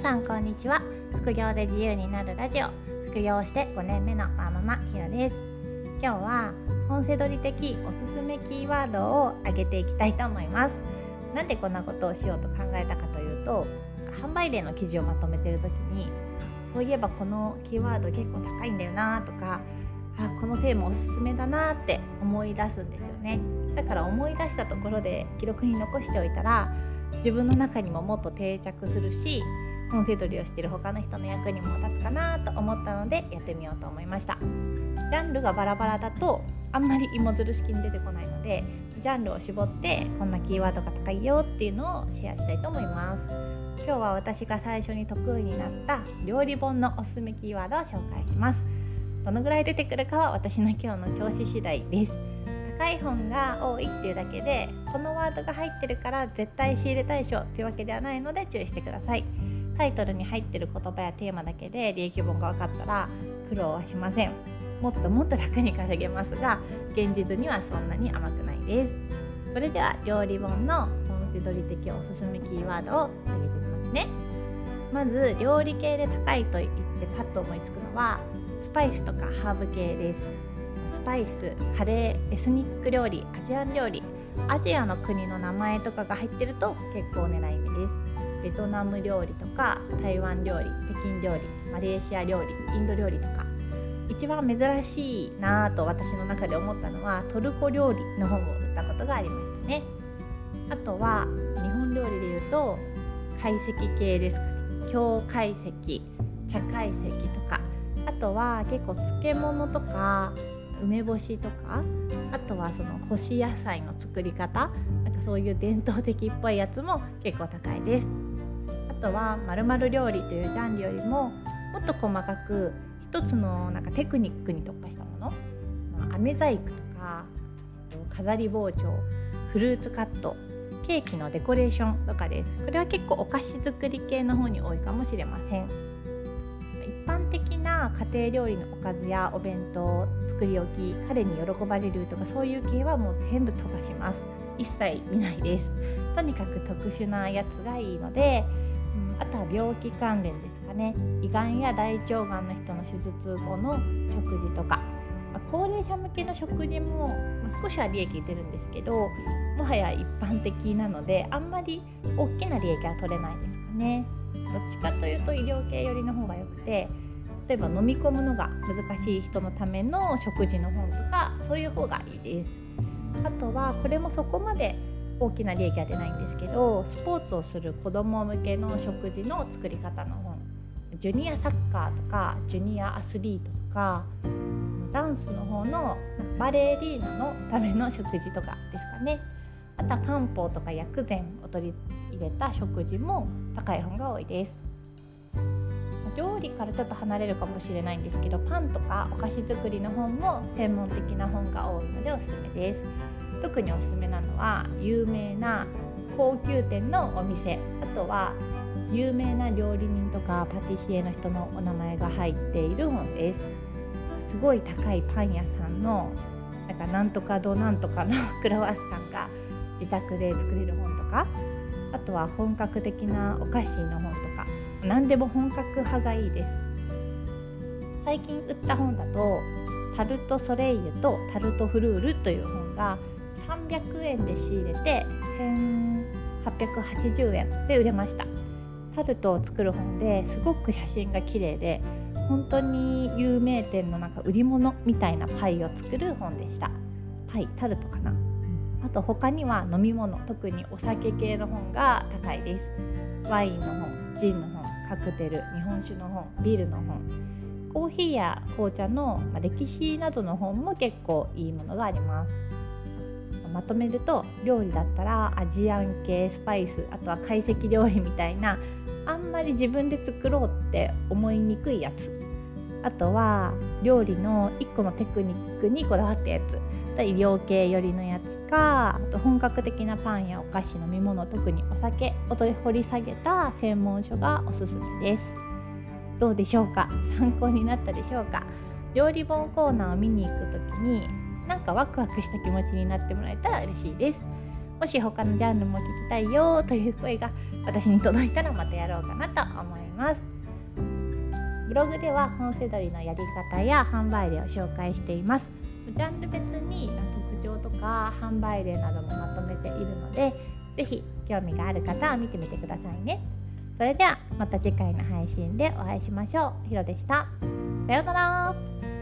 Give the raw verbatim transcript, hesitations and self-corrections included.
さんこんにちは。副業で自由になるラジオ、副業してごねんめのワーママひろです。今日は本セドリ的おすすめキーワードを挙げていきたいと思います。なんでこんなことをしようと考えたかというと、販売例の記事をまとめている時に、そういえばこのキーワード結構高いんだよなとか、あこのテーマおすすめだなって思い出すんですよね。だから思い出したところで記録に残しておいたら、自分の中にももっと定着するし、本セドリをしている他の人の役にも立つかなと思ったのでやってみようと思いました。ジャンルがバラバラだとあんまり芋づる式に出てこないので、ジャンルを絞ってこんなキーワードが高いよっていうのをシェアしたいと思います。今日は私が最初に得意になった料理本のおすすめキーワードを紹介します。どのぐらい出てくるかは私の今日の調子次第です。高い本が多いっていうだけで、このワードが入ってるから絶対仕入れ対象っていうわけではないので注意してください。タイトルに入ってる言葉やテーマだけで利益本が分かったら苦労はしません。もっともっと楽に稼げますが、現実にはそんなに甘くないです。それでは料理本の本セドリ的おすすめキーワードを挙げてみますね。まず料理系で高いと言ってパッと思いつくのはスパイスとかハーブ系です。スパイス、カレー、エスニック料理、アジアン料理、アジアの国の名前とかが入ってると結構狙い目です。ベトナム料理とか台湾料理、北京料理、マレーシア料理、インド料理とか、一番珍しいなぁと私の中で思ったのはトルコ料理の本を売ったことがありましたね。あとは日本料理でいうと懐石系ですかね。京懐石、茶懐石とか、あとは結構漬物とか梅干しとか、あとはその干し野菜の作り方、なんかそういう伝統的っぽいやつも結構高いです。あとは〇〇料理というジャンルよりももっと細かく一つのなんかテクニックに特化したもの、まあ、飴細工とか飾り包丁、フルーツカット、ケーキのデコレーションとかです。これは結構お菓子作り系の方に多いかもしれません。一般的な家庭料理のおかずやお弁当、作り置き、彼に喜ばれるとかそういう系はもう全部飛ばします。一切見ないです。とにかく特殊なやつがいいので、うん、あとは病気関連ですかね。胃がんや大腸がんの人の手術後の食事とか、まあ、高齢者向けの食事も、まあ、少しは利益出るんですけど、もはや一般的なのであんまり大きな利益は取れないですかね。どっちかというと医療系寄りの方が良くて、例えば飲み込むのが難しい人のための食事の本とか、そういう方がいいです。あとはこれもそこまで大きな利益は出ないんですけど、スポーツをする子ども向けの食事の作り方の本、ジュニアサッカーとかジュニアアスリートとか、ダンスの方のバレリーナのための食事とかですかね。あとは漢方とか薬膳を取り入れた食事も高い本が多いです。料理からちょっと離れるかもしれないんですけど、パンとかお菓子作りの本も専門的な本が多いのでおすすめです。特におすすめなのは有名な高級店のお店、あとは有名な料理人とかパティシエの人のお名前が入っている本です。すごい高いパン屋さんのなんかなんとかどなんとかのクロワッサンが自宅で作れる本とか、あとは本格的なお菓子の本とか、何でも本格派がいいです。最近売った本だとタルトソレイユとタルトフルールという本がさんびゃくえんで仕入れてせんはっぴゃくはちじゅうえんで売れました。タルトを作る本ですごく写真が綺麗で、本当に有名店のなんか売り物みたいなパイを作る本でした。パイ、タルトかな。あと他には飲み物、特にお酒系の本が高いです。ワインの本、ジンの本、カクテル、日本酒の本、ビールの本、コーヒーや紅茶の歴史などの本も結構いいものがあります。まとめると、料理だったらアジアン系、スパイス、あとは懐石料理みたいなあんまり自分で作ろうって思いにくいやつ、あとは料理のいっこのテクニックにこだわったやつ、医療系寄りのやつか、あと本格的なパンやお菓子、飲み物、特にお酒を掘り下げた専門書がおすすめです。どうでしょうか？参考になったでしょうか？料理本コーナーを見に行くときになんかワクワクした気持ちになってもらえたら嬉しいです。もし他のジャンルも聞きたいよという声が私に届いたらまたやろうかなと思います。 ます。ブログでは本セドリのやり方や販売例を紹介しています。ジャンル別に特徴とか販売例などもまとめているので、ぜひ興味がある方は見てみてくださいね。それではまた次回の配信でお会いしましょう。ひろでした。さようなら。